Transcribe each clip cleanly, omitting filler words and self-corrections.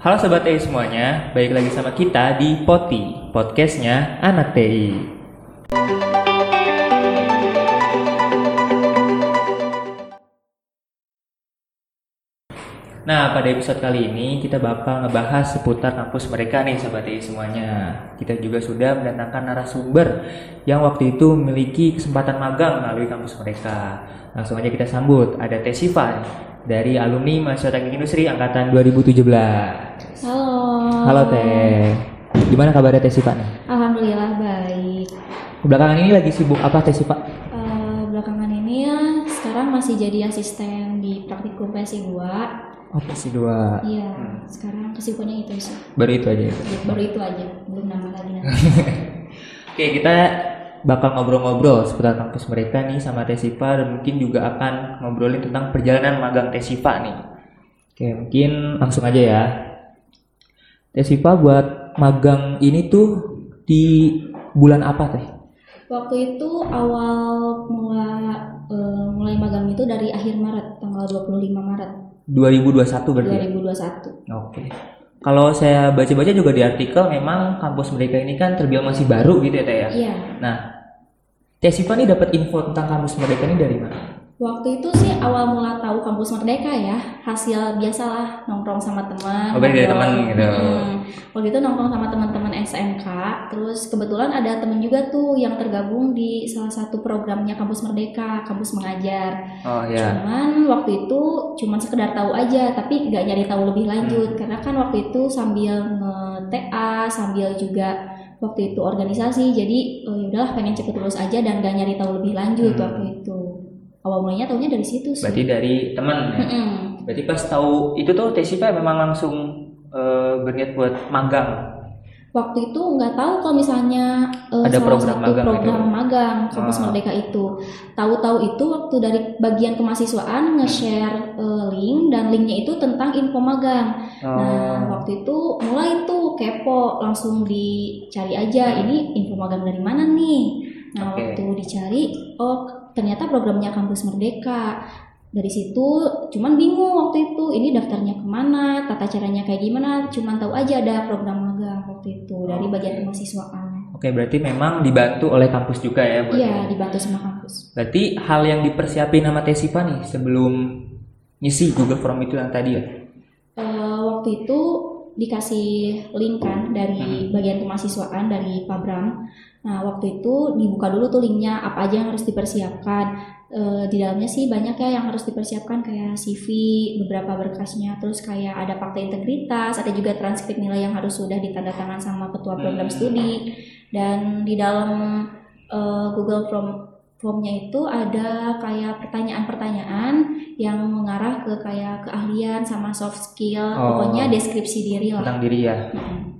Halo Sobat TI semuanya, balik lagi sama kita di POTI, podcastnya Anak TI. Nah, pada episode kali ini kita bakal ngebahas seputar kampus mereka nih Sobat TI semuanya. Kita juga sudah mendatangkan narasumber yang waktu itu memiliki kesempatan magang melalui kampus mereka. Langsung aja kita sambut, ada Teh Siva dari alumni Mahasiswa Teknik Industri angkatan 2017. Halo Teh. Gimana kabarnya Teh Siva nih? Alhamdulillah baik. Belakangan ini lagi sibuk apa Teh Siva? Belakangan ini ya sekarang masih jadi asisten di praktikum PSI 2. Oh PSI 2. Iya, sekarang kesibukannya itu sih. Baru itu aja. Baru itu aja, belum nambah lagi nanti. Oke, kita bakal ngobrol-ngobrol seputar kampus mereka nih sama Teh Siva dan mungkin juga akan ngobrolin tentang perjalanan magang Teh Siva nih. Oke, mungkin langsung aja ya. Teh Siva buat magang ini tuh di bulan apa Teh? Waktu itu awal mulai magang itu dari akhir Maret, tanggal 25 Maret. 2021 berarti? 2021. Oke. Kalau saya baca-baca juga di artikel memang kampus mereka ini kan terbilang masih baru gitu ya Teh ya? Iya. Nah, Teh Siva nih dapat info tentang kampus mereka ini dari mana? Waktu itu sih awal mula tahu kampus Merdeka ya, hasil biasalah nongkrong sama teman. Oh, dari teman gitu. Waktu itu nongkrong sama teman-teman SMK, terus kebetulan ada temen juga tuh yang tergabung di salah satu programnya kampus Merdeka, kampus mengajar. Oh iya. Cuman waktu itu cuman sekedar tahu aja, tapi nggak nyari tahu lebih lanjut, karena kan waktu itu sambil nge-TA, sambil juga waktu itu organisasi, jadi yaudahlah pengen cepet lulus aja dan gak nyari tahu lebih lanjut waktu itu. Awal mulanya taunya dari situ sih. Berarti dari teman ya? Berarti pas tahu itu tuh Teh Siva memang langsung berniat buat magang? Waktu itu nggak tahu kalau misalnya ada salah program satu magang program gitu? magang kampus Merdeka itu. Tahu-tahu itu waktu dari bagian kemahasiswaan nge-share link, dan linknya itu tentang info magang. Nah waktu itu mulai tuh kepo, langsung dicari aja ini info magang dari mana nih. Nah waktu dicari, oh ternyata programnya kampus Merdeka. Dari situ cuman bingung waktu itu ini daftarnya kemana, tata caranya kayak gimana, cuman tahu aja ada program magang waktu itu dari bagian kemahasiswaan. Oke, berarti memang dibantu oleh kampus juga ya? Iya, dibantu sama kampus. Berarti hal yang dipersiapin sama Teh Siva nih sebelum ngisi Google Form itu yang tadi ya? Waktu itu dikasih link kan dari bagian kemahasiswaan dari Pabram. Nah waktu itu dibuka dulu tuh linknya apa aja yang harus dipersiapkan. Di dalamnya sih banyak ya yang harus dipersiapkan, kayak CV, beberapa berkasnya, terus kayak ada fakta integritas, ada juga transkrip nilai yang harus sudah ditandatangan sama ketua program studi. Dan di dalam Google Formnya itu ada kayak pertanyaan-pertanyaan yang mengarah ke kayak keahlian sama soft skill, pokoknya deskripsi diri lah. Tentang diri ya.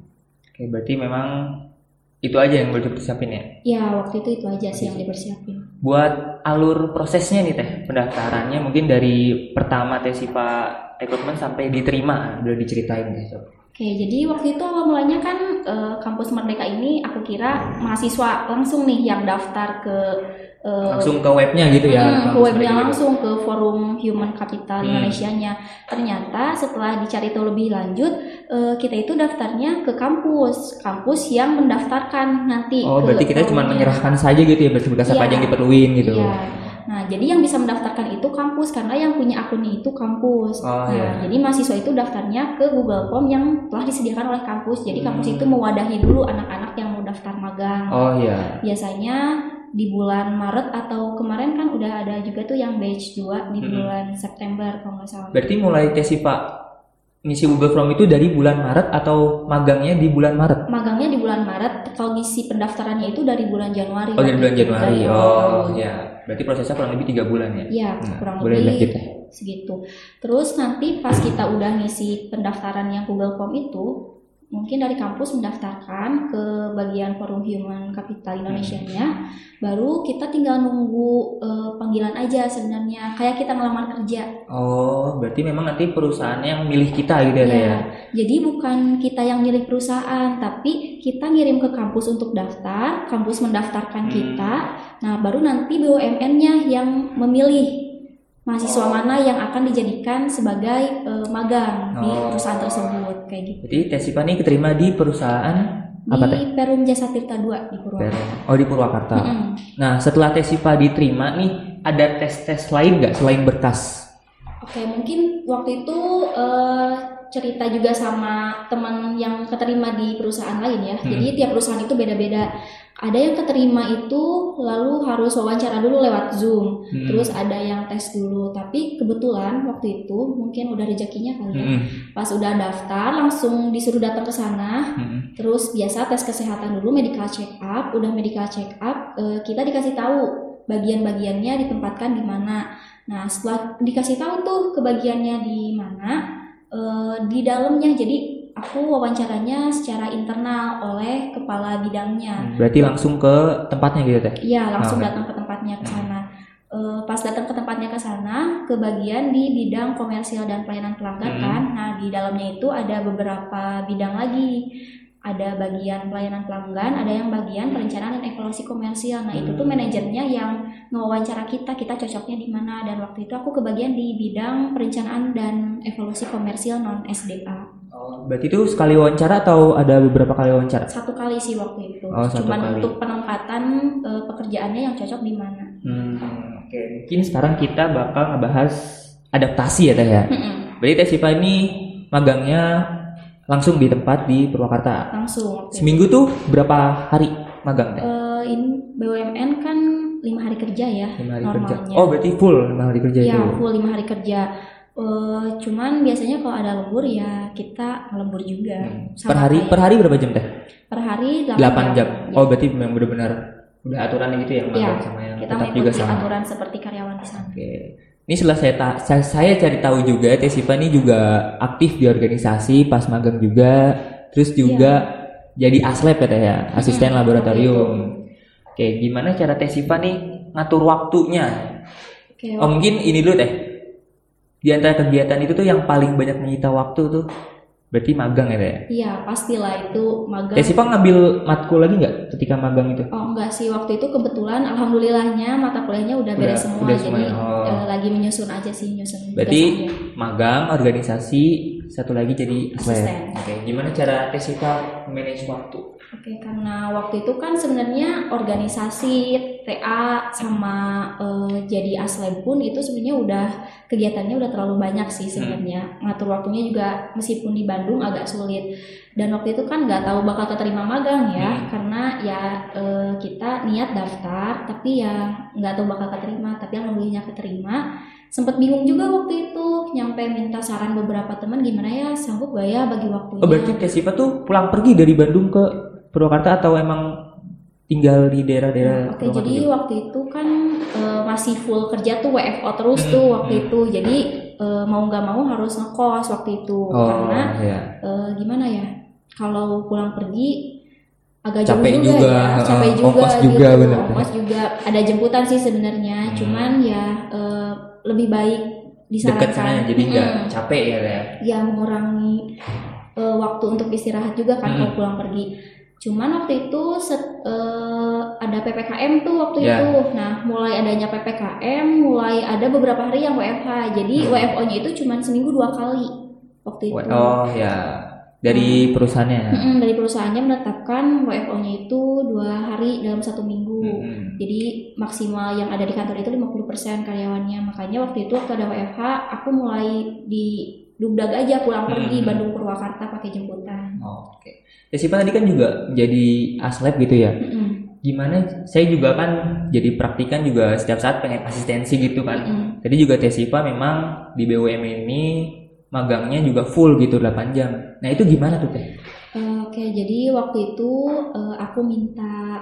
Oke, berarti memang itu aja yang boleh dipersiapin ya? Ya waktu itu aja sih yang dipersiapin. Buat alur prosesnya nih Teh, pendaftarannya mungkin dari pertama Teh Siva rekrutmen sampai diterima, udah diceritain deh Sob. Oke, jadi waktu itu awal mulanya kan kampus Merdeka ini aku kira mahasiswa langsung nih yang daftar ke langsung ke webnya gitu ya? Ke webnya langsung, ke forum Human Capital Indonesia-nya. Ternyata setelah dicari tahu lebih lanjut, kita itu daftarnya ke kampus yang mendaftarkan nanti. Oh, berarti kita cuma menyerahkan saja gitu ya, berkas apa aja yang diperluin gitu. Iya. Nah, jadi yang bisa mendaftarkan itu kampus, karena yang punya akunnya itu kampus. Jadi mahasiswa itu daftarnya ke Google Form yang telah disediakan oleh kampus. Jadi kampus itu mewadahi dulu anak-anak yang mau daftar magang. Oh iya. Biasanya di bulan Maret atau kemarin kan udah ada juga tuh yang batch 2 di bulan September kalau nggak salah. Berarti mulai Teh Siva ngisi Google Form itu dari bulan Maret atau magangnya di bulan Maret? Magangnya di bulan Maret, kalau ngisi pendaftarannya itu dari bulan Januari. Oh, dari bulan Januari. Oh, ya. Berarti prosesnya kurang lebih 3 bulan ya? Iya, kurang lebih segitu. Terus nanti pas kita udah ngisi pendaftaran yang Google Form itu, mungkin dari kampus mendaftarkan ke bagian forum Human Capital Indonesia-nya, baru kita tinggal nunggu panggilan aja sebenarnya, kayak kita ngelamar kerja. Oh, berarti memang nanti perusahaannya yang milih kita gitu ya? Jadi bukan kita yang milih perusahaan, tapi kita ngirim ke kampus untuk daftar, kampus mendaftarkan kita, nah baru nanti BUMN-nya yang memilih mahasiswa mana yang akan dijadikan sebagai magang di perusahaan tersebut kayak gitu. Jadi Teh Sipa nih keterima di perusahaan apa Teh? Perum Jasa Tirta 2 di Purwakarta. Di Purwakarta. Nah, setelah Teh Sipa diterima nih, ada tes-tes lain nggak selain berkas? Oke, mungkin waktu itu cerita juga sama teman yang keterima di perusahaan lain ya. Jadi tiap perusahaan itu beda-beda. Ada yang keterima itu lalu harus wawancara dulu lewat Zoom. Terus ada yang tes dulu. Tapi kebetulan waktu itu mungkin udah rezekinya kali ya. Pas udah daftar langsung disuruh datang ke sana. Terus biasa tes kesehatan dulu, medical check up. Udah medical check up, kita dikasih tahu bagian-bagiannya ditempatkan di mana. Nah, setelah dikasih tahu tuh kebagiannya di mana, di dalamnya, jadi aku wawancaranya secara internal oleh kepala bidangnya. Berarti langsung ke tempatnya gitu Teh? Iya, langsung datang ke tempatnya ke sana. Pas datang ke tempatnya ke sana, ke bagian di bidang komersial dan pelayanan pelanggan kan. Nah, di dalamnya itu ada beberapa bidang lagi. Ada bagian pelayanan pelanggan, ada yang bagian perencanaan dan evaluasi komersial. Nah, itu tuh manajernya yang ngewawancara kita cocoknya di mana. Dan waktu itu aku kebagian di bidang perencanaan dan evaluasi komersial non SDA. Berarti itu sekali wawancara atau ada beberapa kali wawancara? Satu kali sih waktu itu. Cuman untuk penempatan pekerjaannya yang cocok di mana. Oke, mungkin sekarang kita bakal ngebahas adaptasi ya Teh ya. Berarti Teh Sipa ini magangnya langsung di tempat di Purwakarta. Langsung. Seminggu tuh berapa hari magang Teh? Ini BUMN kan 5 hari kerja ya. 5 hari normalnya. kerja. Oh, berarti full 5 hari kerja itu. Ya, full 5 hari kerja. Cuman biasanya kalau ada lembur ya kita ngelembur juga. Per hari berapa jam Teh? Per hari 8 jam. Ya. Oh, berarti memang benar-benar udah aturan gitu ya magang sama yang kita tetap juga sama. aturan seperti karyawan di sana. Oke. Ini setelah saya cari tahu juga Teh Sipa ini juga aktif di organisasi pas magang juga, terus juga jadi aslab ya Teh ya, asisten laboratorium. Oke, gimana cara Teh Sipa nih ngatur waktunya? Mungkin ini dulu Teh. Di antara kegiatan itu tuh yang paling banyak menyita waktu tuh berarti magang ya Teh? Iya, pastilah itu magang. Teh Sipa ngambil matkul lagi nggak ketika magang itu? Oh enggak sih, waktu itu kebetulan alhamdulillahnya mata kuliahnya udah beres semua, jadi lagi menyusun aja sih, Berarti magang, organisasi, satu lagi jadi asisten. Oke, gimana cara Teh Sipa manage waktu? Oke, karena waktu itu kan sebenarnya organisasi, TA sama jadi aslab pun itu sebenarnya udah kegiatannya udah terlalu banyak sih sebenarnya. Ngatur waktunya juga meskipun di Bandung agak sulit. Dan waktu itu kan nggak tahu bakal keterima magang ya, karena ya kita niat daftar tapi ya nggak tahu bakal keterima. Tapi alhamdulillahnya keterima. Sempet bingung juga waktu itu, nyampe minta saran beberapa teman gimana ya, sanggup gak ya bagi waktunya. Oh, berarti Teh Sipa tuh pulang pergi dari Bandung ke Purwakarta atau emang tinggal di daerah-daerah? Oke, jadi juga? Waktu itu kan masih full kerja tuh WFO terus tuh waktu itu. Jadi mau nggak mau harus ngekos waktu itu karena gimana ya? Kalau pulang pergi agak jauh juga ya, capek juga ongkos juga gitu. Bener. Ongkos juga ada jemputan sih sebenarnya, cuman ya lebih baik disarankan dekat sana jadi nggak capek ya? Ya mengurangi waktu untuk istirahat juga kan kalau pulang pergi. Cuman waktu itu ada PPKM tuh waktu itu. Nah, mulai adanya PPKM, mulai ada beberapa hari yang WFH. Jadi WFO-nya itu cuma seminggu 2 kali waktu itu. Oh ya, dari perusahaannya. Dari perusahaannya menetapkan WFO-nya itu 2 hari dalam 1 minggu. Jadi maksimal yang ada di kantor itu 50% karyawannya. Makanya waktu itu waktu ada WFH, aku mulai di dugdag aja pulang pergi Bandung Purwakarta pakai jemputan. Oke. Teh Sipa tadi kan juga jadi aslab gitu ya. Gimana? Saya juga kan jadi praktikan juga setiap saat pengen asistensi gitu kan. Tadi juga Teh Sipa memang di BUMN ini magangnya juga full gitu 8 jam. Nah itu gimana tuh Teh? Oke, jadi waktu itu aku minta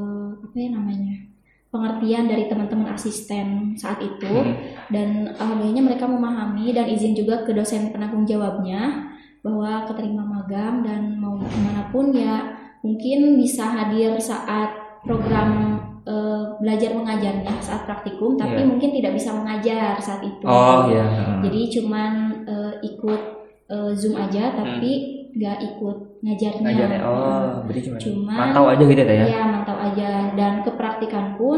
pengertian dari teman-teman asisten saat itu dan alhamdulillahnya mereka memahami dan izin juga ke dosen penanggung jawabnya bahwa keterima magang dan mau kemana pun ya mungkin bisa hadir saat program belajar mengajarnya saat praktikum tapi mungkin tidak bisa mengajar saat itu. Jadi cuman ikut Zoom aja tapi nggak ikut ngajarnya. Berarti cuma mantau aja gitu ya? Iya, mantau aja. Dan kepraktikan pun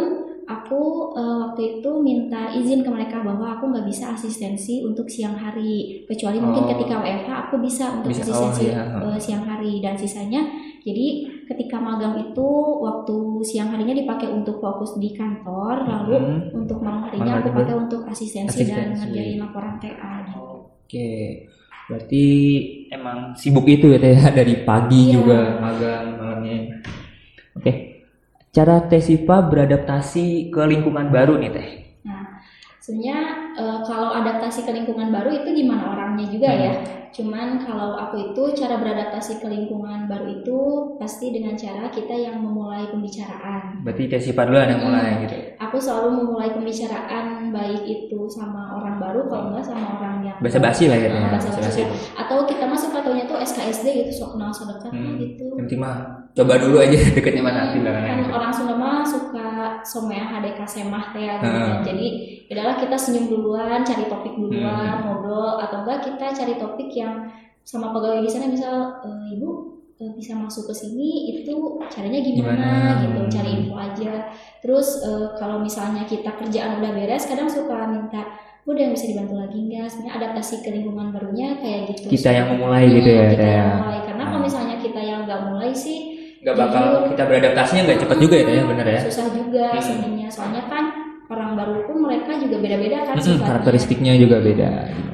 aku waktu itu minta izin ke mereka bahwa aku nggak bisa asistensi untuk siang hari, kecuali mungkin ketika WFH aku bisa untuk asistensi siang hari, dan sisanya jadi ketika magang itu waktu siang harinya dipakai untuk fokus di kantor, lalu untuk malam harinya aku pakai untuk asistensi dan ngerjain laporan TA. Oke, berarti emang sibuk itu ya Teh, dari pagi juga magang malamnya. Oke, cara Teh Siva beradaptasi ke lingkungan baru nih Teh. Nah, sebenarnya kalau adaptasi ke lingkungan baru itu gimana orangnya juga ya. Cuman kalau aku itu cara beradaptasi ke lingkungan baru itu pasti dengan cara kita yang memulai pembicaraan. Berarti Teh Siva dulu yang mulai gitu. Aku selalu memulai pembicaraan baik itu sama orang baru, kalau enggak sama orang yang basa-basi lah ya. Basa-basi. Atau kita masuk katanya tuh SKSD gitu, sok kenal sok dekat gitu. Nanti mah coba dulu aja deketnya mana nanti kan orang Sunda mah suka somea HDK semah teh gitu. Jadi adalah kita senyum duluan, cari topik duluan, ngobrol, atau enggak kita cari topik yang sama pegawai di sana, misal ibu bisa masuk ke sini itu caranya gimana gitu, cari info aja. Terus kalau misalnya kita kerjaan udah beres, kadang suka minta udah yang bisa dibantu lagi nggak, sebenarnya adaptasi ke lingkungan barunya kayak gitu. Kita yang memulai gitu ya. Kita yang mulai, karena kalau misalnya kita yang nggak mulai sih nggak bakal kita beradaptasinya nggak cepat juga ya, bener ya. Susah juga sebenarnya, soalnya kan orang baru pun mereka juga beda-beda kan sifatnya. Karakteristiknya juga beda.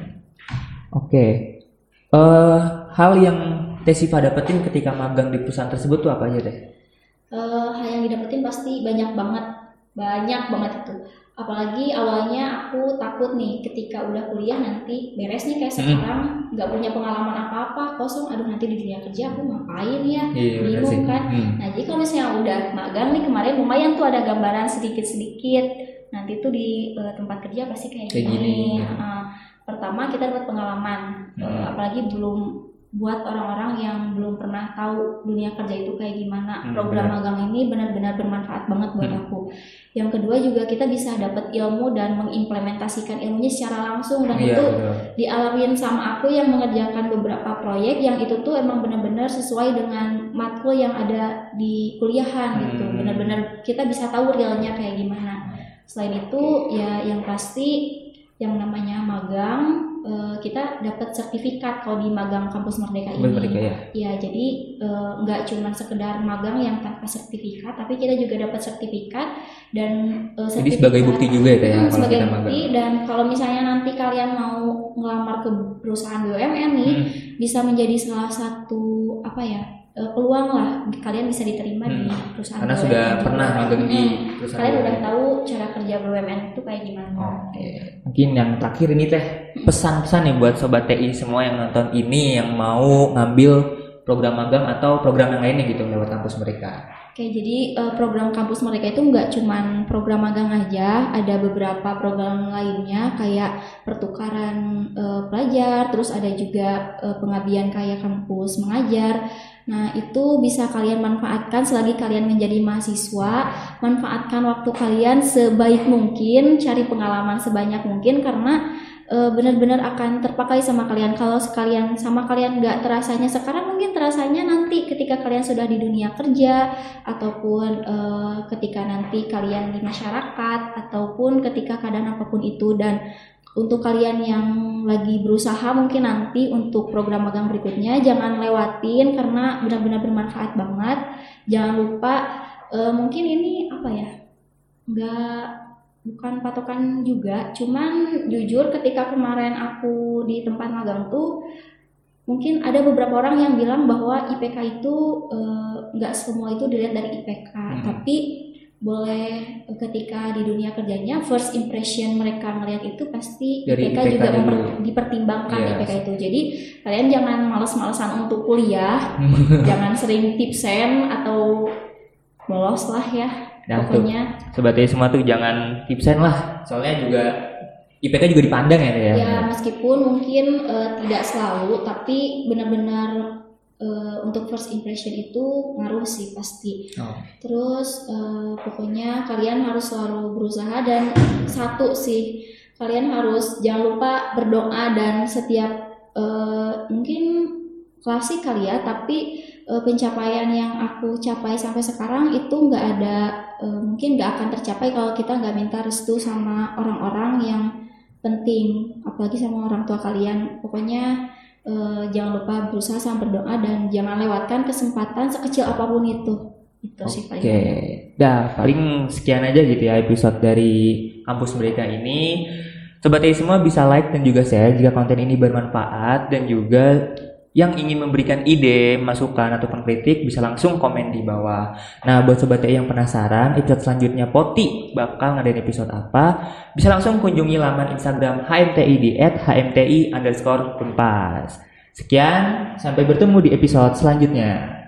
Oke. Hal yang Teh Siva dapetin ketika magang di perusahaan tersebut tuh apa aja Teh? Hal yang didapetin pasti banyak banget itu. Apalagi awalnya aku takut nih ketika udah kuliah nanti beres nih kayak sekarang nggak punya pengalaman apa-apa, kosong, aduh nanti di dunia kerja aku ngapain ya, bingung kan. Nah jadi kalau misalnya udah magang nih kemarin lumayan tuh ada gambaran sedikit-sedikit nanti tuh di tempat kerja pasti kayak gini. Pertama kita dapat pengalaman, apalagi belum buat orang-orang yang belum pernah tahu dunia kerja itu kayak gimana. Program magang ini benar-benar bermanfaat banget buat aku. Yang kedua juga kita bisa dapat ilmu dan mengimplementasikan ilmunya secara langsung, dan itu dialamin sama aku yang mengerjakan beberapa proyek yang itu tuh emang benar-benar sesuai dengan matkul yang ada di kuliahan gitu. Benar-benar kita bisa tahu realnya kayak gimana. Selain itu ya yang pasti yang namanya magang, kita dapat sertifikat kalau di magang kampus Merdeka ini. Ya jadi nggak cuma sekedar magang yang tanpa sertifikat, tapi kita juga dapat sertifikat dan jadi sebagai bukti juga ya kalau sebagai kita bukti magang. Dan kalau misalnya nanti kalian mau ngelamar ke perusahaan BUMN nih, bisa menjadi salah satu peluang lah kalian bisa diterima di perusahaan karena BUMN sudah pernah magang di perusahaan kalian udah tahu cara kerja BUMN itu kayak gimana. Mungkin yang terakhir ini Teh, pesan-pesan nih buat sobat TI semua yang nonton ini yang mau ngambil program magang atau program yang lainnya gitu lewat kampus mereka. Oke, jadi program kampus mereka itu nggak cuman program magang aja, ada beberapa program lainnya kayak pertukaran pelajar, terus ada juga pengabdian kayak kampus mengajar. Nah, itu bisa kalian manfaatkan selagi kalian menjadi mahasiswa. Manfaatkan waktu kalian sebaik mungkin, cari pengalaman sebanyak mungkin, karena benar-benar akan terpakai sama kalian. Kalau sekalian sama kalian nggak terasanya sekarang, mungkin terasanya nanti ketika kalian sudah di dunia kerja, ataupun ketika nanti kalian di masyarakat, ataupun ketika keadaan apapun itu. Dan untuk kalian yang lagi berusaha mungkin nanti untuk program magang berikutnya, jangan lewatin karena benar-benar bermanfaat banget. Jangan lupa, mungkin ini bukan patokan juga, cuman jujur ketika kemarin aku di tempat magang tuh mungkin ada beberapa orang yang bilang bahwa IPK itu nggak semua itu dilihat dari IPK, tapi boleh ketika di dunia kerjanya first impression mereka melihat itu pasti dari IPK juga dipertimbangkan. IPK itu. Jadi kalian jangan males-malesan untuk kuliah, jangan sering tipsen atau bolos lah ya. Dan pokoknya sobat TI semua tuh jangan tipsen lah, soalnya juga IPK juga dipandang ya. Ya meskipun mungkin tidak selalu, tapi benar-benar untuk first impression itu ngaruh sih pasti. Terus pokoknya kalian harus selalu berusaha, dan satu sih kalian harus jangan lupa berdoa, dan setiap mungkin klasik kali ya, tapi pencapaian yang aku capai sampai sekarang itu nggak ada, mungkin nggak akan tercapai kalau kita nggak minta restu sama orang-orang yang penting, apalagi sama orang tua kalian. Pokoknya jangan lupa berusaha sama berdoa dan jangan lewatkan kesempatan sekecil apapun itu sih paling. Oke, dah paling sekian aja gitu ya episode dari kampus mereka ini. Sobat TI semua bisa like dan juga share jika konten ini bermanfaat, dan juga yang ingin memberikan ide, masukan ataupun kritik bisa langsung komen di bawah. Nah, buat sobat TI yang penasaran episode selanjutnya Poti bakal ngadain episode apa, bisa langsung kunjungi laman Instagram HMTI di @hmti_unpas. Sekian, sampai bertemu di episode selanjutnya.